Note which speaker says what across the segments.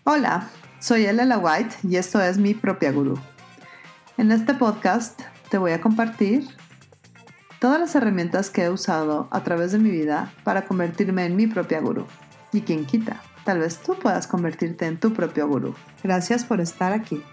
Speaker 1: Hola, soy Elela White y esto es Mi Propia Gurú. En este podcast te voy a compartir todas las herramientas que he usado a través de mi vida para convertirme en mi propia gurú. Y quien quita, tal vez tú puedas convertirte en tu propio gurú. Gracias por estar aquí.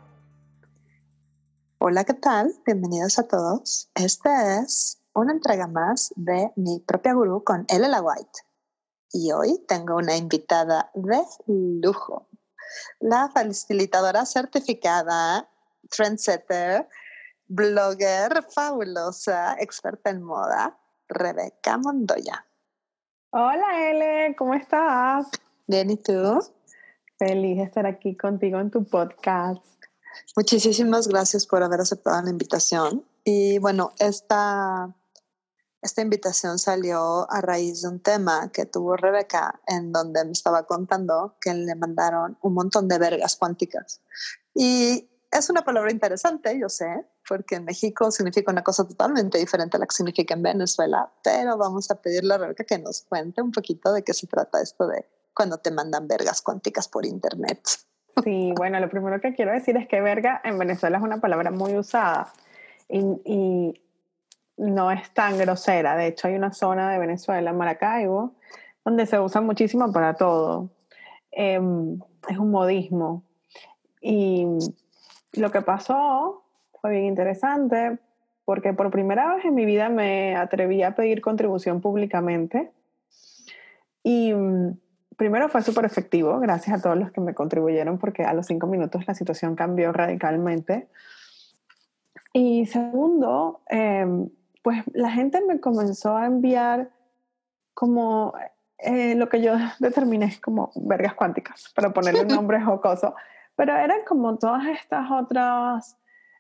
Speaker 2: Hola, ¿qué tal? Bienvenidos a todos. Esta es una entrega más de Mi Propia Gurú con Elela White. Y hoy tengo una invitada de lujo. La facilitadora certificada, trendsetter, blogger fabulosa, experta en moda, Rebeca Montoya.
Speaker 3: Hola Ele, ¿cómo estás?
Speaker 2: Bien, ¿y tú?
Speaker 3: Feliz de estar aquí contigo en tu podcast.
Speaker 2: Muchísimas gracias por haber aceptado la invitación. Y bueno, esta invitación salió a raíz de un tema que tuvo Rebeca, en donde me estaba contando que le mandaron un montón de vergas cuánticas. Y es una palabra interesante, yo sé, porque en México significa una cosa totalmente diferente a la que significa en Venezuela, pero vamos a pedirle a Rebeca que nos cuente un poquito de qué se trata esto de cuando te mandan vergas cuánticas por internet.
Speaker 3: Sí, bueno, lo primero que quiero decir es que verga en Venezuela es una palabra muy usada y no es tan grosera. De hecho, hay una zona de Venezuela, Maracaibo, donde se usa muchísimo para todo. Es un modismo. Y lo que pasó fue bien interesante porque por primera vez en mi vida me atreví a pedir contribución públicamente. Y primero fue súper efectivo, gracias a todos los que me contribuyeron, porque a los 5 minutos la situación cambió radicalmente. Y segundo, pues la gente me comenzó a enviar como lo que yo determiné como vergas cuánticas, para ponerle un nombre jocoso, pero eran como todas estas otras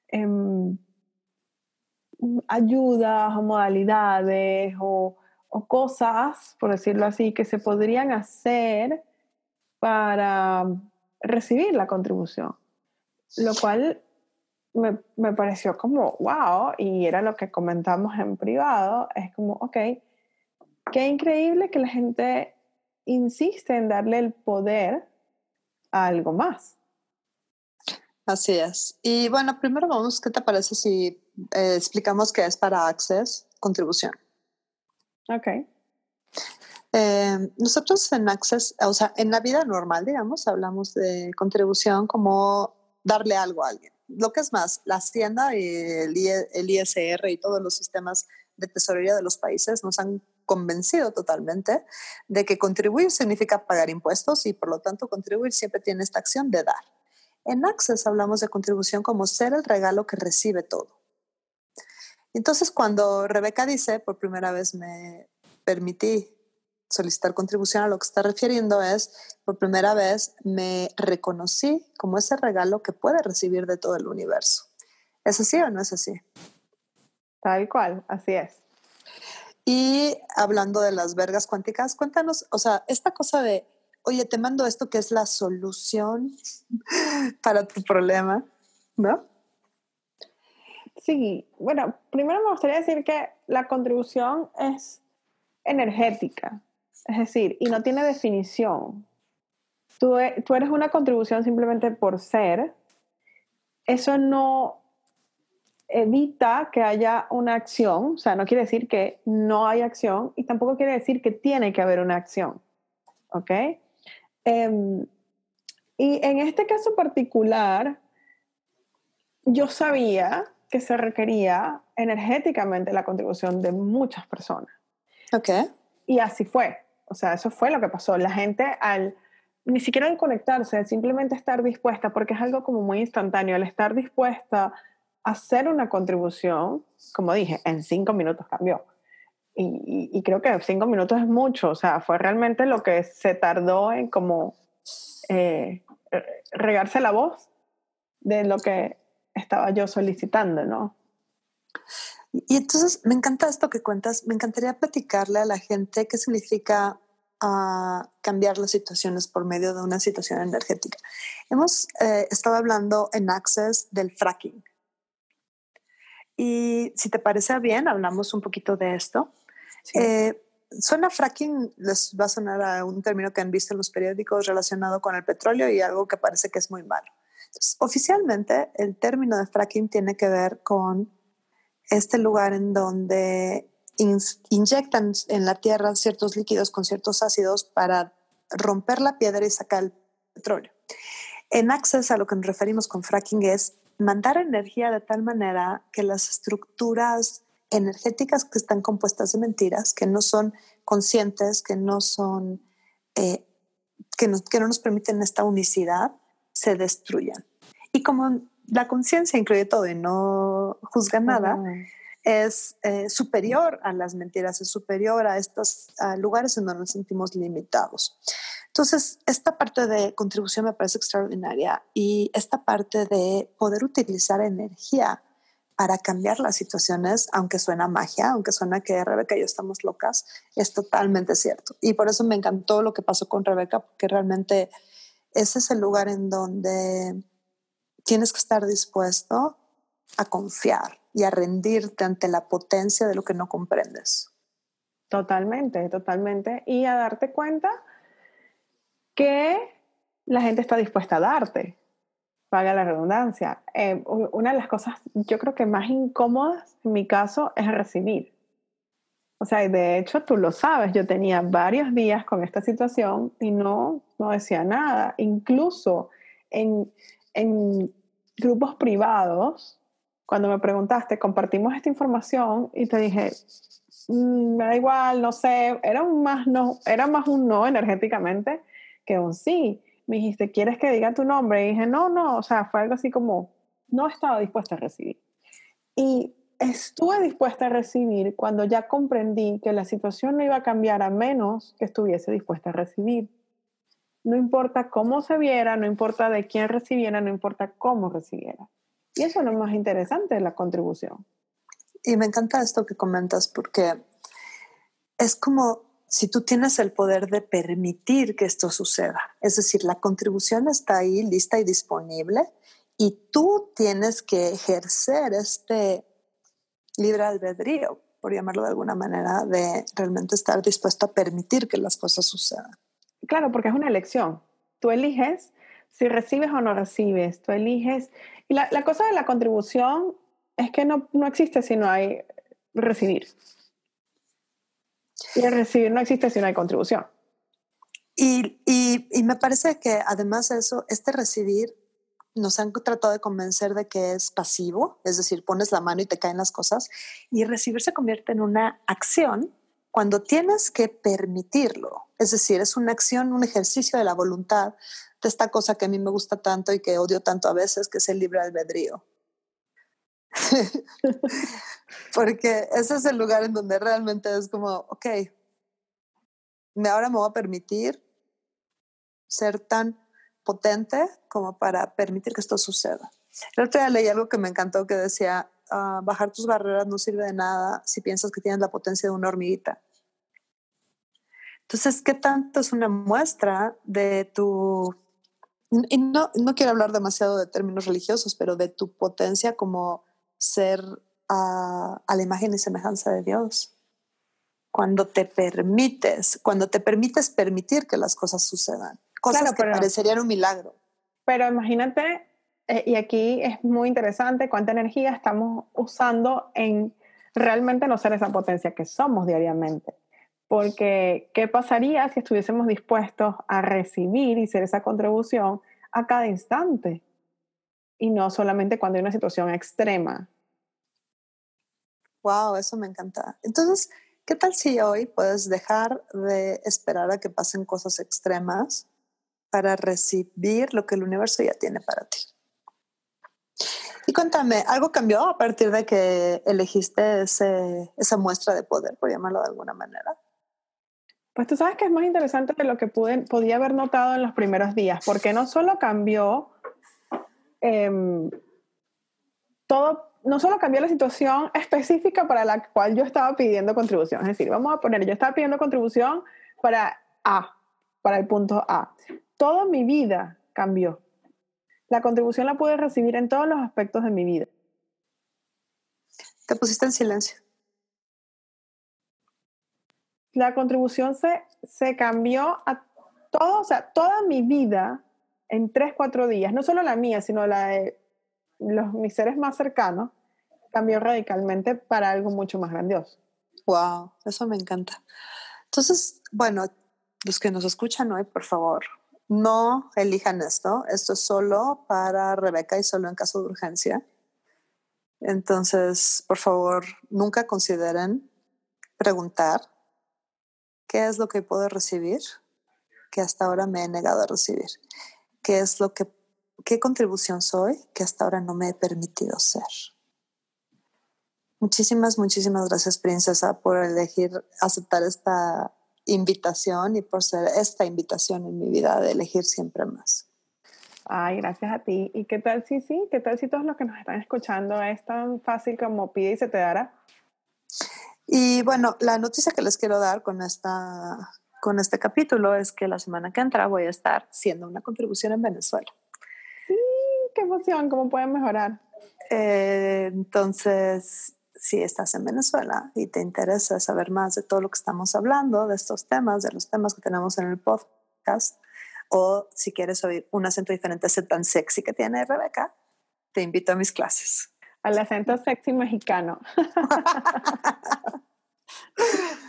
Speaker 3: ayudas o modalidades o cosas, por decirlo así, que se podrían hacer para recibir la contribución, lo cual me pareció como wow, y era lo que comentamos en privado, es como, ok, qué increíble que la gente insiste en darle el poder a algo más.
Speaker 2: Así es. Y bueno, primero vamos, ¿qué te parece si explicamos qué es para Access contribución?
Speaker 3: Ok.
Speaker 2: Nosotros en Access, o sea, en la vida normal, digamos, hablamos de contribución como darle algo a alguien. Lo que es más, la Hacienda y el ISR y todos los sistemas de tesorería de los países nos han convencido totalmente de que contribuir significa pagar impuestos y por lo tanto contribuir siempre tiene esta acción de dar. En Access hablamos de contribución como ser el regalo que recibe todo. Entonces, cuando Rebeca dice, por primera vez me permití solicitar contribución, a lo que está refiriendo es, por primera vez me reconocí como ese regalo que puede recibir de todo el universo. ¿Es así o no es así?
Speaker 3: Tal cual, así es.
Speaker 2: Y hablando de las vergas cuánticas, cuéntanos, o sea, esta cosa de, oye, te mando esto que es la solución para tu problema, ¿no?
Speaker 3: Sí, bueno, primero me gustaría decir que la contribución es energética, es decir, y no tiene definición. Tú eres una contribución simplemente por ser. Eso no evita que haya una acción, o sea, no quiere decir que no hay acción y tampoco quiere decir que tiene que haber una acción, ¿ok? Y en este caso particular, yo sabía que se requería energéticamente la contribución de muchas personas.
Speaker 2: Ok.
Speaker 3: Y así fue. O sea, eso fue lo que pasó. La gente ni siquiera al conectarse, simplemente estar dispuesta, porque es algo como muy instantáneo, al estar dispuesta a hacer una contribución, como dije, en 5 minutos cambió. Y creo que 5 minutos es mucho. O sea, fue realmente lo que se tardó en como regarse la voz de lo que estaba yo solicitando, ¿no?
Speaker 2: Y entonces me encanta esto que cuentas, me encantaría platicarle a la gente qué significa cambiar las situaciones por medio de una situación energética. Hemos estado hablando en Access del fracking. Y si te parece bien, hablamos un poquito de esto.
Speaker 3: Sí.
Speaker 2: suena fracking, les va a sonar a un término que han visto en los periódicos relacionado con el petróleo y algo que parece que es muy malo. Entonces, oficialmente, el término de fracking tiene que ver con este lugar en donde inyectan en la tierra ciertos líquidos con ciertos ácidos para romper la piedra y sacar el petróleo. En Access, a lo que nos referimos con fracking es mandar energía de tal manera que las estructuras energéticas que están compuestas de mentiras, que no son conscientes, que no son, que no nos permiten esta unicidad, se destruyan. Y como la conciencia incluye todo y no juzga nada, es superior a las mentiras, es superior a estos lugares en donde nos sentimos limitados. Entonces, esta parte de contribución me parece extraordinaria y esta parte de poder utilizar energía para cambiar las situaciones, aunque suena magia, aunque suena que Rebeca y yo estamos locas, es totalmente cierto. Y por eso me encantó lo que pasó con Rebeca, porque realmente ese es el lugar en donde tienes que estar dispuesto a confiar y a rendirte ante la potencia de lo que no comprendes.
Speaker 3: Totalmente, totalmente. Y a darte cuenta que la gente está dispuesta a darte, valga la redundancia. Una de las cosas, yo creo que más incómodas en mi caso es recibir. O sea, de hecho tú lo sabes, yo tenía varios días con esta situación y no decía nada. Incluso en grupos privados, cuando me preguntaste, compartimos esta información y te dije, me da igual, no sé, era más un no energéticamente que un sí. Me dijiste, ¿quieres que diga tu nombre? Y dije, no, o sea, fue algo así como, no estaba dispuesta a recibir. Y estuve dispuesta a recibir cuando ya comprendí que la situación no iba a cambiar a menos que estuviese dispuesta a recibir. No importa cómo se viera, no importa de quién recibiera, no importa cómo recibiera. Y eso es lo más interesante de la contribución.
Speaker 2: Y me encanta esto que comentas porque es como si tú tienes el poder de permitir que esto suceda. Es decir, la contribución está ahí lista y disponible y tú tienes que ejercer este libre albedrío, por llamarlo de alguna manera, de realmente estar dispuesto a permitir que las cosas sucedan.
Speaker 3: Claro, porque es una elección. Tú eliges si recibes o no recibes. Tú eliges. Y la cosa de la contribución es que no existe si no hay recibir. Y el recibir no existe si no hay contribución.
Speaker 2: Y me parece que además de eso, este recibir nos han tratado de convencer de que es pasivo, es decir, pones la mano y te caen las cosas, y recibir se convierte en una acción cuando tienes que permitirlo. Es decir, es una acción, un ejercicio de la voluntad de esta cosa que a mí me gusta tanto y que odio tanto a veces, que es el libre albedrío. Porque ese es el lugar en donde realmente es como, ok, ahora me voy a permitir ser tan potente como para permitir que esto suceda. El otro día leí algo que me encantó que decía, bajar tus barreras no sirve de nada si piensas que tienes la potencia de una hormiguita. Entonces, ¿qué tanto es una muestra de tu... Y no quiero hablar demasiado de términos religiosos, pero de tu potencia como ser a la imagen y semejanza de Dios? Cuando te permites permitir que las cosas sucedan. Cosas que parecerían un milagro.
Speaker 3: Pero imagínate, y aquí es muy interesante cuánta energía estamos usando en realmente no ser esa potencia que somos diariamente. Porque, ¿qué pasaría si estuviésemos dispuestos a recibir y ser esa contribución a cada instante? Y no solamente cuando hay una situación extrema.
Speaker 2: Wow, eso me encanta. Entonces, ¿qué tal si hoy puedes dejar de esperar a que pasen cosas extremas para recibir lo que el universo ya tiene para ti? Y cuéntame, ¿algo cambió a partir de que elegiste esa muestra de poder, por llamarlo de alguna manera?
Speaker 3: Pues tú sabes que es más interesante de lo que podía haber notado en los primeros días, porque no solo cambió no solo cambió la situación específica para la cual yo estaba pidiendo contribución. Es decir, vamos a poner, yo estaba pidiendo contribución para para el punto A. Toda mi vida cambió. La contribución la pude recibir en todos los aspectos de mi vida.
Speaker 2: Te pusiste en silencio.
Speaker 3: la contribución se cambió a todo, o sea, toda mi vida en 3, 4 días, no solo la mía, sino la de mis seres más cercanos, cambió radicalmente para algo mucho más grandioso.
Speaker 2: Wow, eso me encanta. Entonces, bueno, los que nos escuchan hoy, por favor, no elijan esto. Esto es solo para Rebeca y solo en caso de urgencia. Entonces, por favor, nunca consideren preguntar qué es lo que puedo recibir que hasta ahora me he negado a recibir. ¿Qué contribución soy que hasta ahora no me he permitido ser? Muchísimas, muchísimas gracias, princesa, por elegir aceptar esta invitación y por ser esta invitación en mi vida de elegir siempre más.
Speaker 3: Ay, gracias a ti. ¿Y qué tal si sí? ¿Qué tal si todos los que nos están escuchando es tan fácil como pide y se te dará?
Speaker 2: Y bueno, la noticia que les quiero dar con este capítulo es que la semana que entra voy a estar haciendo una contribución en Venezuela.
Speaker 3: Sí, qué emoción, ¿cómo pueden mejorar?
Speaker 2: Entonces, si estás en Venezuela y te interesa saber más de todo lo que estamos hablando, de estos temas, de los temas que tenemos en el podcast, o si quieres oír un acento diferente, ese tan sexy que tiene Rebeca, te invito a mis clases.
Speaker 3: Al acento sexy mexicano.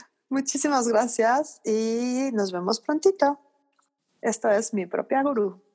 Speaker 2: Muchísimas gracias y nos vemos prontito. Esto es Mi Propia Gurú.